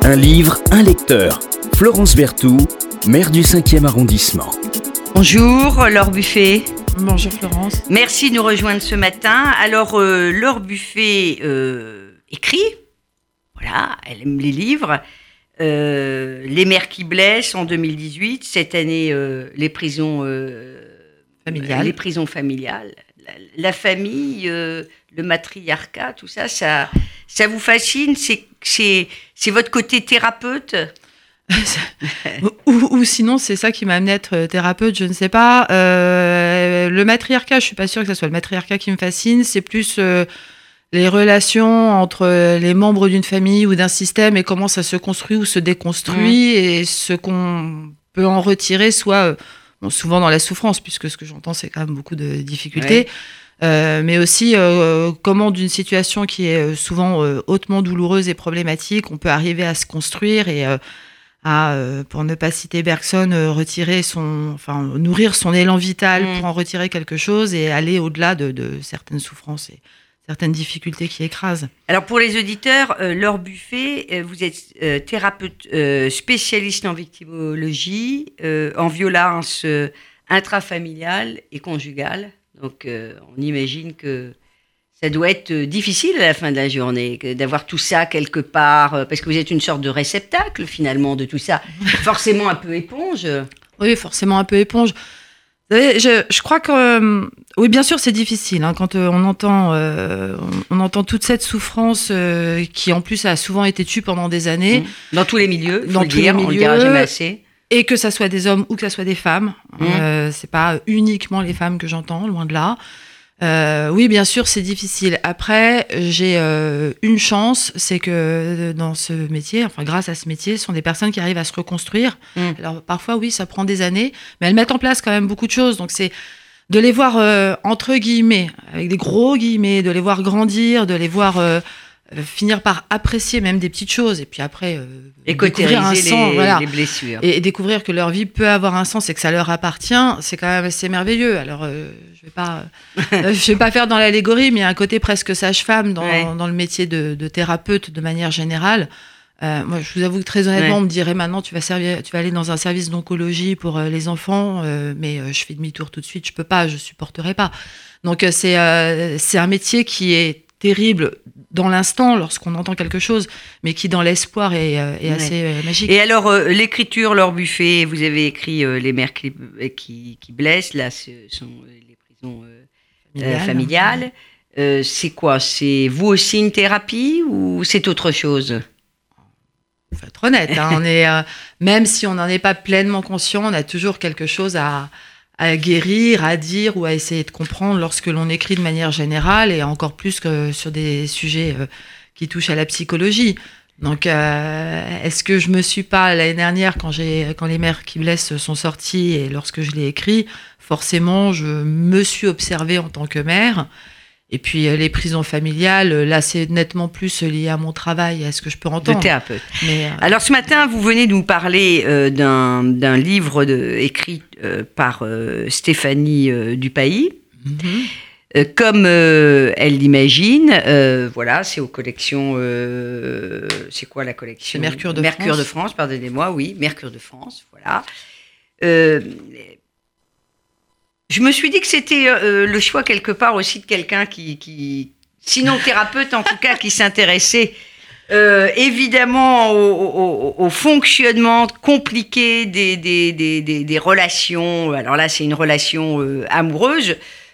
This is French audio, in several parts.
Un livre, un lecteur. Florence Berthoud, maire du 5e arrondissement. Bonjour Laure Buffet. Bonjour Florence. Merci de nous rejoindre ce matin. Alors Laure Buffet écrit, voilà, elle aime les livres. Les mères qui blessent en 2018, cette année les prisons familiales, la famille, le matriarcat, tout ça, ça vous fascine, c'est votre côté thérapeute. ou sinon c'est ça qui m'a amené à être thérapeute, je ne sais pas. Le matriarcat, je suis pas sûre que ce soit le matriarcat qui me fascine, c'est plus les relations entre les membres d'une famille ou d'un système et comment ça se construit ou se déconstruit et ce qu'on peut en retirer, soit souvent dans la souffrance, puisque ce que j'entends c'est quand même beaucoup de difficultés. Mais aussi comment d'une situation qui est souvent hautement douloureuse et problématique, on peut arriver à se construire et à, pour ne pas citer Bergson, nourrir son élan vital pour en retirer quelque chose et aller au-delà de certaines souffrances et certaines difficultés qui écrasent. Alors pour les auditeurs, Laure Buffet, vous êtes thérapeute spécialiste en victimologie, en violence intrafamiliale et conjugale. Donc, on imagine que ça doit être difficile à la fin de la journée, d'avoir tout ça quelque part, parce que vous êtes une sorte de réceptacle, finalement, de tout ça. Forcément un peu éponge. Oui, forcément un peu éponge. Vous savez, je crois que... oui, bien sûr, c'est difficile. Hein, quand on entend toute cette souffrance qui, en plus, a souvent été tue pendant des années. Dans tous les milieux, on le dira jamais assez. Et que ça soit des hommes ou que ça soit des femmes. C'est pas uniquement les femmes que j'entends, loin de là. Oui, bien sûr, c'est difficile. Après, j'ai une chance, c'est que dans ce métier, enfin grâce à ce métier, ce sont des personnes qui arrivent à se reconstruire. Alors parfois, oui, ça prend des années, mais elles mettent en place quand même beaucoup de choses. Donc c'est de les voir, entre guillemets, avec des gros guillemets, de les voir grandir, de les voir... finir par apprécier même des petites choses et puis après découvrir un sens, les blessures et découvrir que leur vie peut avoir un sens et que ça leur appartient, c'est quand même assez merveilleux. Alors je vais pas faire dans l'allégorie, mais il y a un côté presque sage-femme dans le métier de thérapeute de manière générale. Moi je vous avoue que très honnêtement on me dirait maintenant tu vas aller dans un service d'oncologie pour les enfants, mais je fais demi-tour tout de suite, je peux pas, je supporterai pas. Donc c'est un métier qui est terrible dans l'instant lorsqu'on entend quelque chose, mais qui dans l'espoir est assez magique. Et alors l'écriture, Laure Buffet, vous avez écrit Les mères qui blessent, là ce sont les prisons familiales. C'est quoi? C'est vous aussi une thérapie ou c'est autre chose? Faut être honnête, hein, on est, même si on n'en est pas pleinement conscient, on a toujours quelque chose à guérir, à dire ou à essayer de comprendre lorsque l'on écrit de manière générale et encore plus que sur des sujets qui touchent à la psychologie. Donc, est-ce que je me suis pas, l'année dernière, quand Les mères qui blessent sont sorties et lorsque je l'ai écrit, forcément, je me suis observée en tant que mère. Et puis, les prisons familiales, là, c'est nettement plus lié à mon travail, à ce que je peux entendre. De thérapeute. Mais, alors, ce matin, vous venez de nous parler d'un livre écrit par Stéphanie Dupailly. Comme elle l'imagine, voilà, c'est aux collections... c'est quoi la collection? Mercure de France, pardonnez-moi, oui, Mercure de France, voilà. Je me suis dit que c'était le choix quelque part aussi de quelqu'un qui sinon thérapeute en tout cas, qui s'intéressait évidemment au fonctionnement compliqué des relations. Alors là, c'est une relation amoureuse,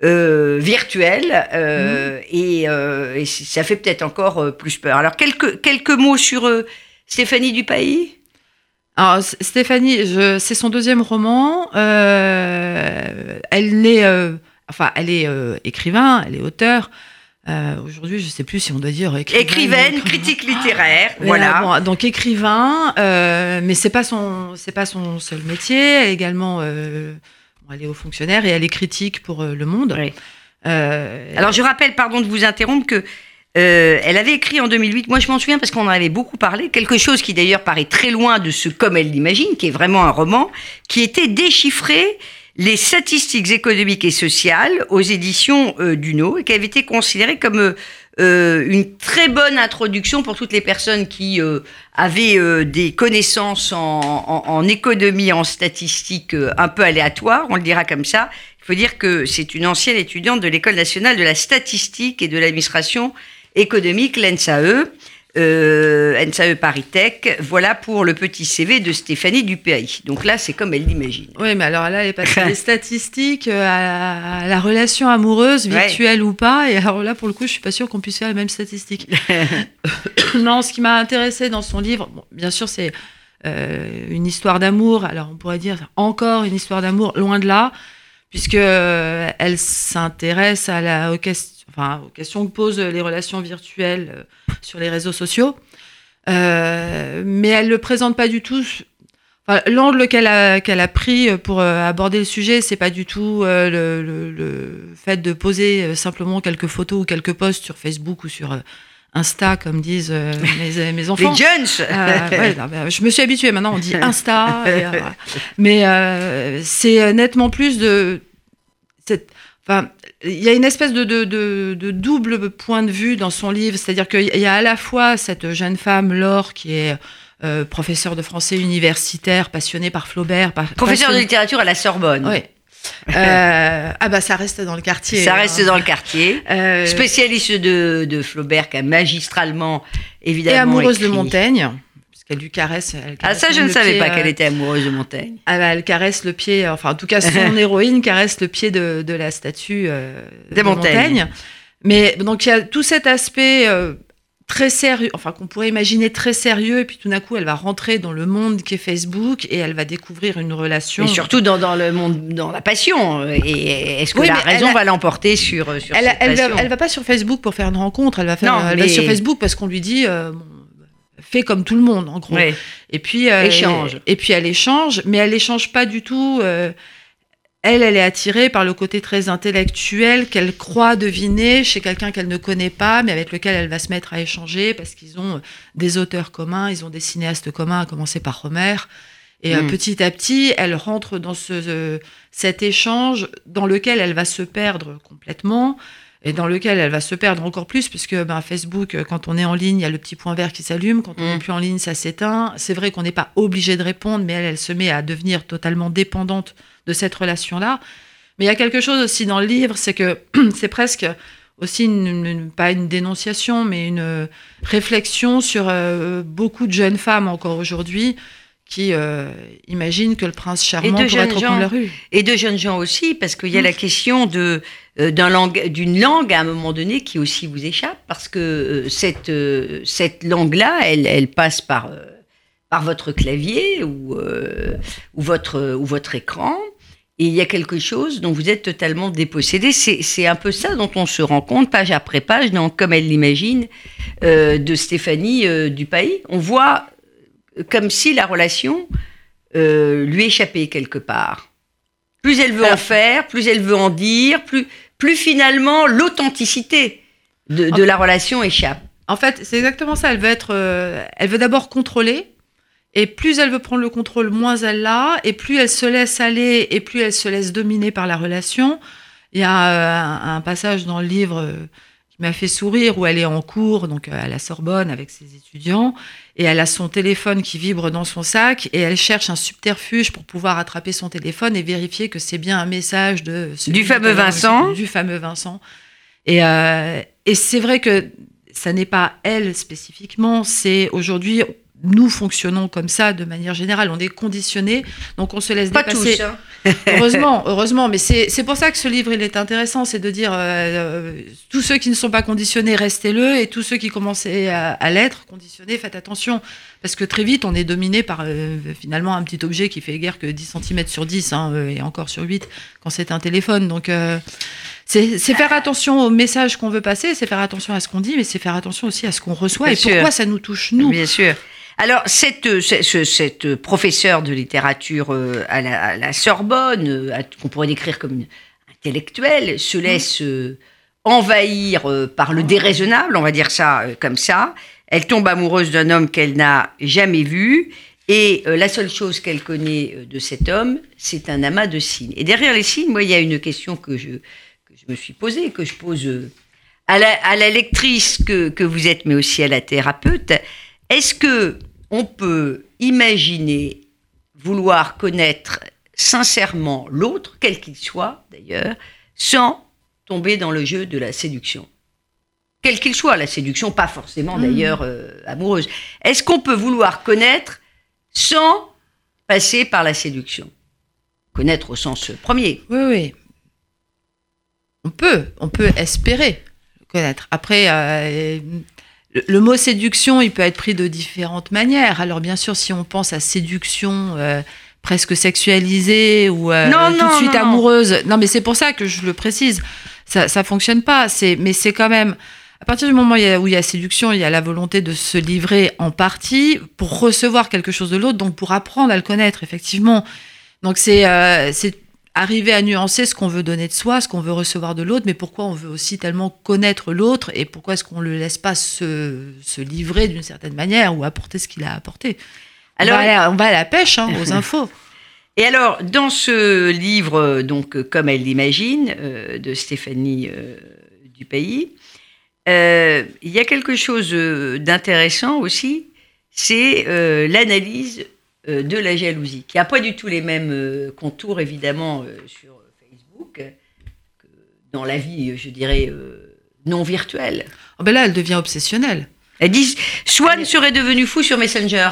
virtuelle, et ça fait peut-être encore plus peur. Alors quelques mots sur Stéphanie Dupailly. Alors, Stéphanie, c'est son deuxième roman. Elle est écrivain, elle est auteure. Aujourd'hui, je ne sais plus si on doit dire écrivaine, critique littéraire, voilà. Bon, donc écrivain, mais c'est pas son seul métier. Elle est également, elle est haut fonctionnaire et elle est critique pour Le Monde. Oui. Alors, je rappelle, pardon de vous interrompre, que elle avait écrit en 2008, moi je m'en souviens parce qu'on en avait beaucoup parlé, quelque chose qui d'ailleurs paraît très loin de ce Comme elle l'imagine, qui est vraiment un roman, qui était Déchiffrer les statistiques économiques et sociales aux éditions Duno, et qui avait été considéré comme une très bonne introduction pour toutes les personnes qui avaient des connaissances en économie, en statistique un peu aléatoires, on le dira comme ça. Il faut dire que c'est une ancienne étudiante de l'École nationale de la statistique et de l'administration économique, l'ENSAE. NSAE Paris Tech, voilà pour le petit CV de Stéphanie Dupéry. Donc là, c'est comme elle l'imagine. Oui, mais alors là, elle est passée des statistiques à la relation amoureuse, virtuelle ou pas. Et alors là, pour le coup, je suis pas sûre qu'on puisse faire les mêmes statistiques. Non, ce qui m'a intéressée dans son livre, bon, bien sûr, c'est une histoire d'amour. Alors, on pourrait dire encore une histoire d'amour, loin de là, puisque elle s'intéresse aux questions que posent les relations virtuelles sur les réseaux sociaux. Mais elle ne le présente pas du tout. Enfin, l'angle qu'elle a pris pour aborder le sujet, c'est pas du tout le fait de poser simplement quelques photos ou quelques posts sur Facebook ou sur Insta, comme disent mes enfants. Les jeunes. Je me suis habituée, maintenant on dit Insta. Mais c'est nettement plus de... il y a une espèce de double point de vue dans son livre, c'est-à-dire qu'il y a à la fois cette jeune femme, Laure, qui est professeure de français universitaire, passionnée par Flaubert. Professeure de littérature à la Sorbonne. Oui. Ça reste dans le quartier. Ça reste dans le quartier. Spécialiste de Flaubert, qui a magistralement, évidemment, et amoureuse écrit. de Montaigne. Elle lui caresse. Ça, je ne savais pas qu'elle était amoureuse de Montaigne. Elle caresse le pied, enfin, en tout cas, son héroïne caresse le pied de la statue de Montaigne. Mais donc, il y a tout cet aspect très sérieux, enfin, qu'on pourrait imaginer très sérieux, et puis tout d'un coup, elle va rentrer dans le monde qu'est Facebook, et elle va découvrir une relation. Et surtout dans le monde, dans la passion. Et est-ce que la raison va l'emporter sur cette passion ? Elle va pas sur Facebook pour faire une rencontre, elle va sur Facebook parce qu'on lui dit... fait comme tout le monde, en gros. Ouais. Et puis échange. Et puis elle échange, mais elle échange pas du tout. Elle est attirée par le côté très intellectuel qu'elle croit deviner chez quelqu'un qu'elle ne connaît pas, mais avec lequel elle va se mettre à échanger parce qu'ils ont des auteurs communs, ils ont des cinéastes communs, à commencer par Romer. Et petit à petit, elle rentre dans cet échange dans lequel elle va se perdre complètement. Et dans lequel elle va se perdre encore plus, puisque Facebook, quand on est en ligne, il y a le petit point vert qui s'allume. Quand on n'est plus en ligne, ça s'éteint. C'est vrai qu'on n'est pas obligé de répondre, mais elle se met à devenir totalement dépendante de cette relation-là. Mais il y a quelque chose aussi dans le livre, c'est que c'est presque aussi pas une dénonciation, mais une réflexion sur beaucoup de jeunes femmes encore aujourd'hui qui imaginent que le prince charmant pourrait être au coin de la rue. Et de jeunes gens aussi, parce qu'il y a la question d'une langue à un moment donné qui aussi vous échappe, parce que cette langue-là, elle passe par votre clavier ou votre écran, et il y a quelque chose dont vous êtes totalement dépossédé. C'est un peu ça dont on se rend compte, page après page, comme elle l'imagine, de Stéphanie Dupéry. On voit comme si la relation lui échappait quelque part. Plus elle veut en faire, plus elle veut en dire, plus finalement l'authenticité de la relation échappe. En fait, c'est exactement ça. Elle veut d'abord contrôler, et plus elle veut prendre le contrôle, moins elle l'a, et plus elle se laisse aller, et plus elle se laisse dominer par la relation. Il y a un passage dans le livre qui m'a fait sourire, où elle est en cours, donc à la Sorbonne avec ses étudiants, et elle a son téléphone qui vibre dans son sac, et elle cherche un subterfuge pour pouvoir attraper son téléphone et vérifier que c'est bien un message du fameux Vincent. Du fameux Vincent. Et c'est vrai que ça n'est pas elle spécifiquement, c'est aujourd'hui... Nous fonctionnons comme ça de manière générale, on est conditionnés, donc on se laisse dépasser. Pas tous, hein. heureusement, mais c'est pour ça que ce livre il est intéressant, c'est de dire tous ceux qui ne sont pas conditionnés, restez-le, et tous ceux qui commencent à l'être conditionnés, faites attention, parce que très vite on est dominé par finalement un petit objet qui fait guère que 10 cm sur 10, et encore sur 8 quand c'est un téléphone, donc... C'est faire attention aux messages qu'on veut passer, c'est faire attention à ce qu'on dit, mais c'est faire attention aussi à ce qu'on reçoit. Bien et sûr. Pourquoi ça nous touche, nous. Bien sûr. Alors, cette professeure de littérature à la Sorbonne, qu'on pourrait décrire comme une intellectuelle, se laisse envahir par le déraisonnable, on va dire ça comme ça. Elle tombe amoureuse d'un homme qu'elle n'a jamais vu. Et la seule chose qu'elle connaît de cet homme, c'est un amas de signes. Et derrière les signes, moi, il y a une question que je me suis posée, que je pose à la lectrice que vous êtes, mais aussi à la thérapeute, est-ce que on peut imaginer vouloir connaître sincèrement l'autre, quel qu'il soit d'ailleurs, sans tomber dans le jeu de la séduction? Quel qu'il soit, la séduction, pas forcément d'ailleurs amoureuse. Est-ce qu'on peut vouloir connaître sans passer par la séduction? Connaître au sens premier. Oui. On peut espérer connaître. Après, le mot séduction, il peut être pris de différentes manières. Alors bien sûr, si on pense à séduction presque sexualisée ou tout de suite amoureuse, non, mais c'est pour ça que je le précise. Ça fonctionne pas. Mais c'est quand même, à partir du moment où il y a séduction, il y a la volonté de se livrer en partie pour recevoir quelque chose de l'autre, donc pour apprendre à le connaître, effectivement. Donc c'est arriver à nuancer ce qu'on veut donner de soi, ce qu'on veut recevoir de l'autre, mais pourquoi on veut aussi tellement connaître l'autre et pourquoi est-ce qu'on ne le laisse pas se livrer d'une certaine manière ou apporter ce qu'il a apporté. Alors, on va à la pêche, aux infos. Et alors, dans ce livre, donc Comme elle l'imagine, de Stéphanie Dupailly, il y a quelque chose d'intéressant aussi, c'est l'analyse de la jalousie, qui n'a pas du tout les mêmes contours, évidemment, sur Facebook, que dans la vie, je dirais, non virtuelle. Oh ben là, elle devient obsessionnelle. Elle dit, Swan serait devenu fou sur Messenger.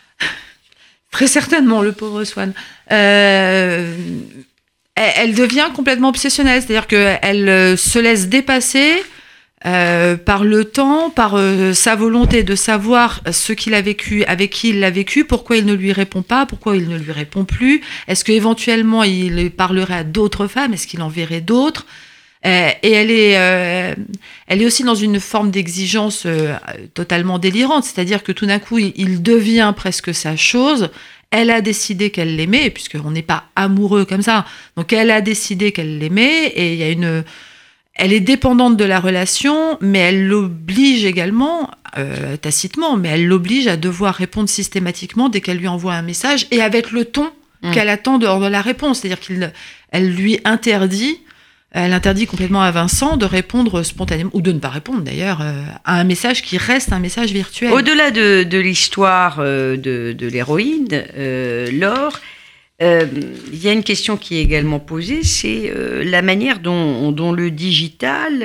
Très certainement, le pauvre Swan. Elle devient complètement obsessionnelle, c'est-à-dire qu'elle se laisse dépasser par le temps, par sa volonté de savoir ce qu'il a vécu, avec qui il l'a vécu, pourquoi il ne lui répond pas, pourquoi il ne lui répond plus, est-ce qu'éventuellement il parlerait à d'autres femmes, est-ce qu'il en verrait d'autres, et elle est aussi dans une forme d'exigence totalement délirante, c'est-à-dire que tout d'un coup il devient presque sa chose. Elle a décidé qu'elle l'aimait, puisqu'on n'est pas amoureux comme ça, donc elle a décidé qu'elle l'aimait, et il y a elle est dépendante de la relation, mais elle l'oblige également, tacitement, mais elle l'oblige à devoir répondre systématiquement dès qu'elle lui envoie un message et avec le ton qu'elle attend de la réponse. C'est-à-dire qu'elle lui interdit, elle interdit complètement à Vincent de répondre spontanément, ou de ne pas répondre d'ailleurs, à un message qui reste un message virtuel. Au-delà de l'histoire de l'héroïne, Laure, il y a une question qui est également posée, c'est la manière dont le digital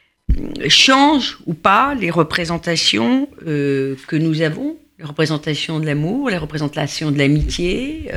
change ou pas les représentations que nous avons, les représentations de l'amour, les représentations de l'amitié,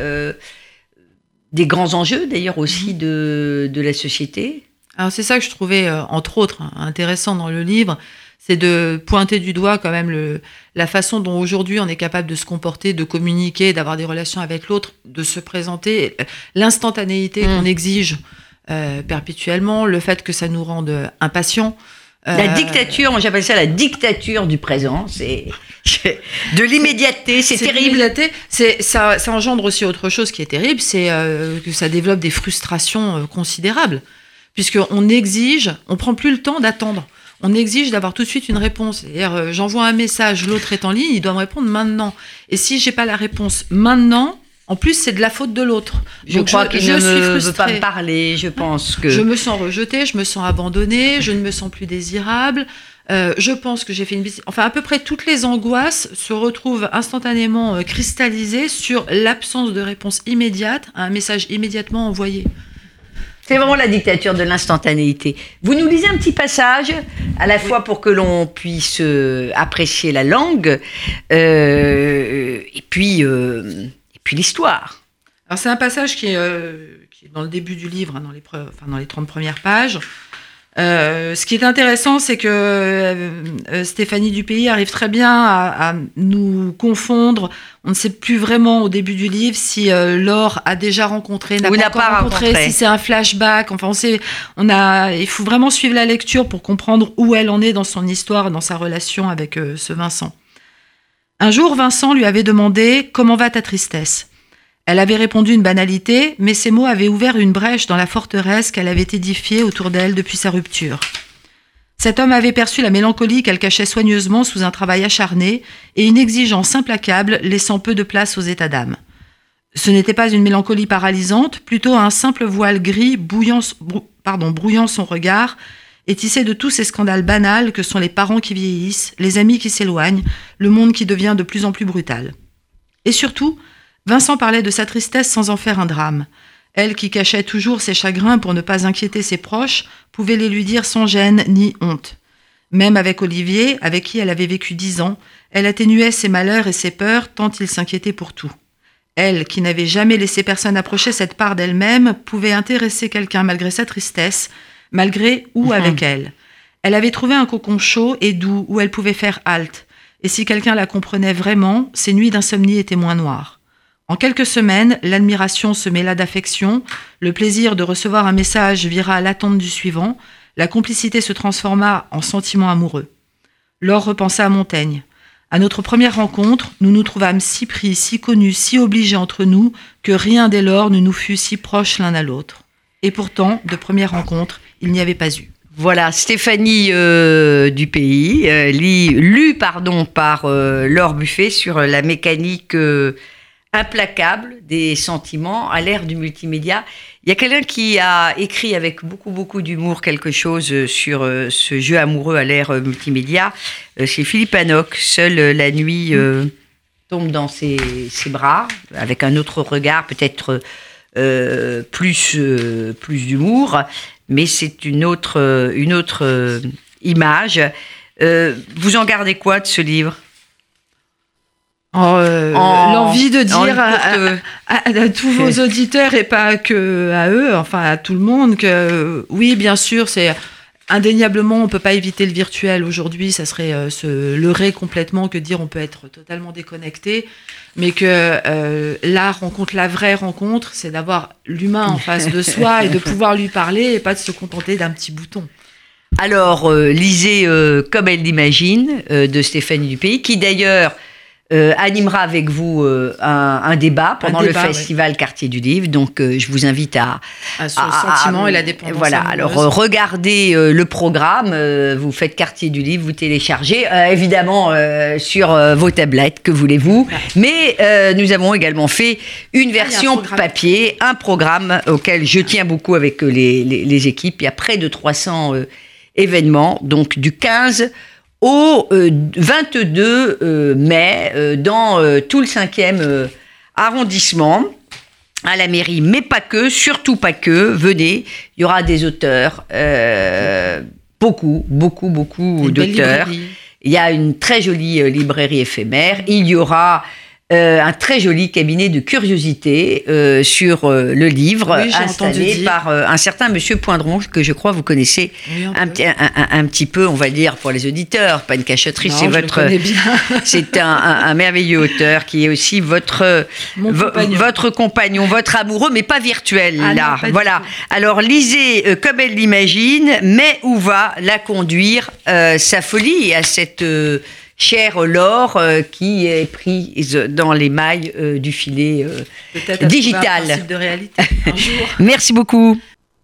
des grands enjeux d'ailleurs aussi de la société. Alors c'est ça que je trouvais, entre autres, intéressant dans le livre, c'est de pointer du doigt quand même la façon dont aujourd'hui on est capable de se comporter, de communiquer, d'avoir des relations avec l'autre, de se présenter, l'instantanéité qu'on exige perpétuellement, le fait que ça nous rende impatients. La dictature, moi j'appelle ça la dictature du présent, c'est de l'immédiateté, c'est terrible. Ça engendre aussi autre chose qui est terrible, c'est que ça développe des frustrations considérables, puisqu'on exige, on prend plus le temps d'attendre. On exige d'avoir tout de suite une réponse. C'est-à-dire, j'envoie un message, l'autre est en ligne, il doit me répondre maintenant. Et si j'ai pas la réponse maintenant, en plus, c'est de la faute de l'autre. Je crois qu'il ne veut pas me parler, je pense que... Je me sens rejetée, je me sens abandonnée, je ne me sens plus désirable, je pense que j'ai fait une bêtise. Enfin, à peu près toutes les angoisses se retrouvent instantanément cristallisées sur l'absence de réponse immédiate à un message immédiatement envoyé. C'est vraiment la dictature de l'instantanéité. Vous nous lisez un petit passage, à la fois pour que l'on puisse apprécier la langue, et puis l'histoire. Alors c'est un passage qui est dans le début du livre, dans les 30 premières pages. Ce qui est intéressant, c'est que Stéphanie Dupailly arrive très bien à nous confondre. On ne sait plus vraiment au début du livre si Laure a déjà rencontré, n'a pas rencontré, si c'est un flashback. Enfin, il faut vraiment suivre la lecture pour comprendre où elle en est dans son histoire, dans sa relation avec ce Vincent. Un jour, Vincent lui avait demandé « Comment va ta tristesse ?» Elle avait répondu une banalité, mais ces mots avaient ouvert une brèche dans la forteresse qu'elle avait édifiée autour d'elle depuis sa rupture. Cet homme avait perçu la mélancolie qu'elle cachait soigneusement sous un travail acharné et une exigence implacable laissant peu de place aux états d'âme. Ce n'était pas une mélancolie paralysante, plutôt un simple voile gris brouillant son regard, et tissée de tous ces scandales banals que sont les parents qui vieillissent, les amis qui s'éloignent, le monde qui devient de plus en plus brutal. Et surtout, Vincent parlait de sa tristesse sans en faire un drame. Elle, qui cachait toujours ses chagrins pour ne pas inquiéter ses proches, pouvait les lui dire sans gêne ni honte. Même avec Olivier, avec qui elle avait vécu 10 ans, elle atténuait ses malheurs et ses peurs tant il s'inquiétait pour tout. Elle, qui n'avait jamais laissé personne approcher cette part d'elle-même, pouvait intéresser quelqu'un malgré sa tristesse, malgré ou avec elle. Elle avait trouvé un cocon chaud et doux où elle pouvait faire halte. Et si quelqu'un la comprenait vraiment, ses nuits d'insomnie étaient moins noires. En quelques semaines, l'admiration se mêla d'affection, le plaisir de recevoir un message vira à l'attente du suivant, la complicité se transforma en sentiment amoureux. Laure repensa à Montaigne. À notre première rencontre, nous nous trouvâmes si pris, si connus, si obligés entre nous, que rien dès lors ne nous fut si proche l'un à l'autre. Et pourtant, de première rencontre, il n'y avait pas eu. Voilà, Stéphanie du Pays, lue par Laure Buffet sur la mécanique implacable des sentiments à l'ère du multimédia. Il y a quelqu'un qui a écrit avec beaucoup d'humour quelque chose sur ce jeu amoureux à l'ère multimédia. C'est Philippe Hanoc. Seule la nuit tombe dans ses bras, avec un autre regard, peut-être plus d'humour, mais c'est une autre image. Vous en gardez quoi de ce livre ? L'envie de dire à tous vos auditeurs et pas que à eux, enfin à tout le monde, que oui, bien sûr, c'est indéniablement, on peut pas éviter le virtuel aujourd'hui, ça serait se leurrer complètement que dire on peut être totalement déconnecté, mais que la rencontre, la vraie rencontre, c'est d'avoir l'humain en face de soi et de pouvoir lui parler et pas de se contenter d'un petit bouton. Alors, lisez Comme elle l'imagine de Stéphanie du Pays, qui d'ailleurs animera avec vous un débat pendant le festival Quartier du Livre. Donc, je vous invite sur le sentiment et la dépendance. Voilà. Alors, regardez le programme. Vous faites Quartier du Livre, vous téléchargez, évidemment, sur vos tablettes, que voulez-vous. Mais nous avons également fait une version papier, un programme auquel je tiens beaucoup avec les équipes. Il y a près de 300 événements, donc du 15 au 22 mai, dans tout le 5e arrondissement, à la mairie, mais pas que, surtout pas que, venez, il y aura des auteurs, beaucoup d'auteurs. Il y a une très jolie librairie éphémère, il y aura un très joli cabinet de curiosité sur le livre, installé par un certain monsieur Poindron, que je crois vous connaissez un petit peu, on va dire, pour les auditeurs, pas une cachotterie, c'est un merveilleux auteur qui est aussi votre compagnon, votre amoureux, mais pas virtuel, là. Non, voilà. Alors, lisez Comme elle l'imagine, mais où va la conduire sa folie à cette chère Laure qui est prise dans les mailles du filet digital. Peut-être de réalité un jour. Merci beaucoup.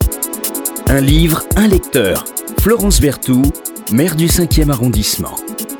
Un livre, un lecteur. Florence Berthoud, maire du 5e arrondissement.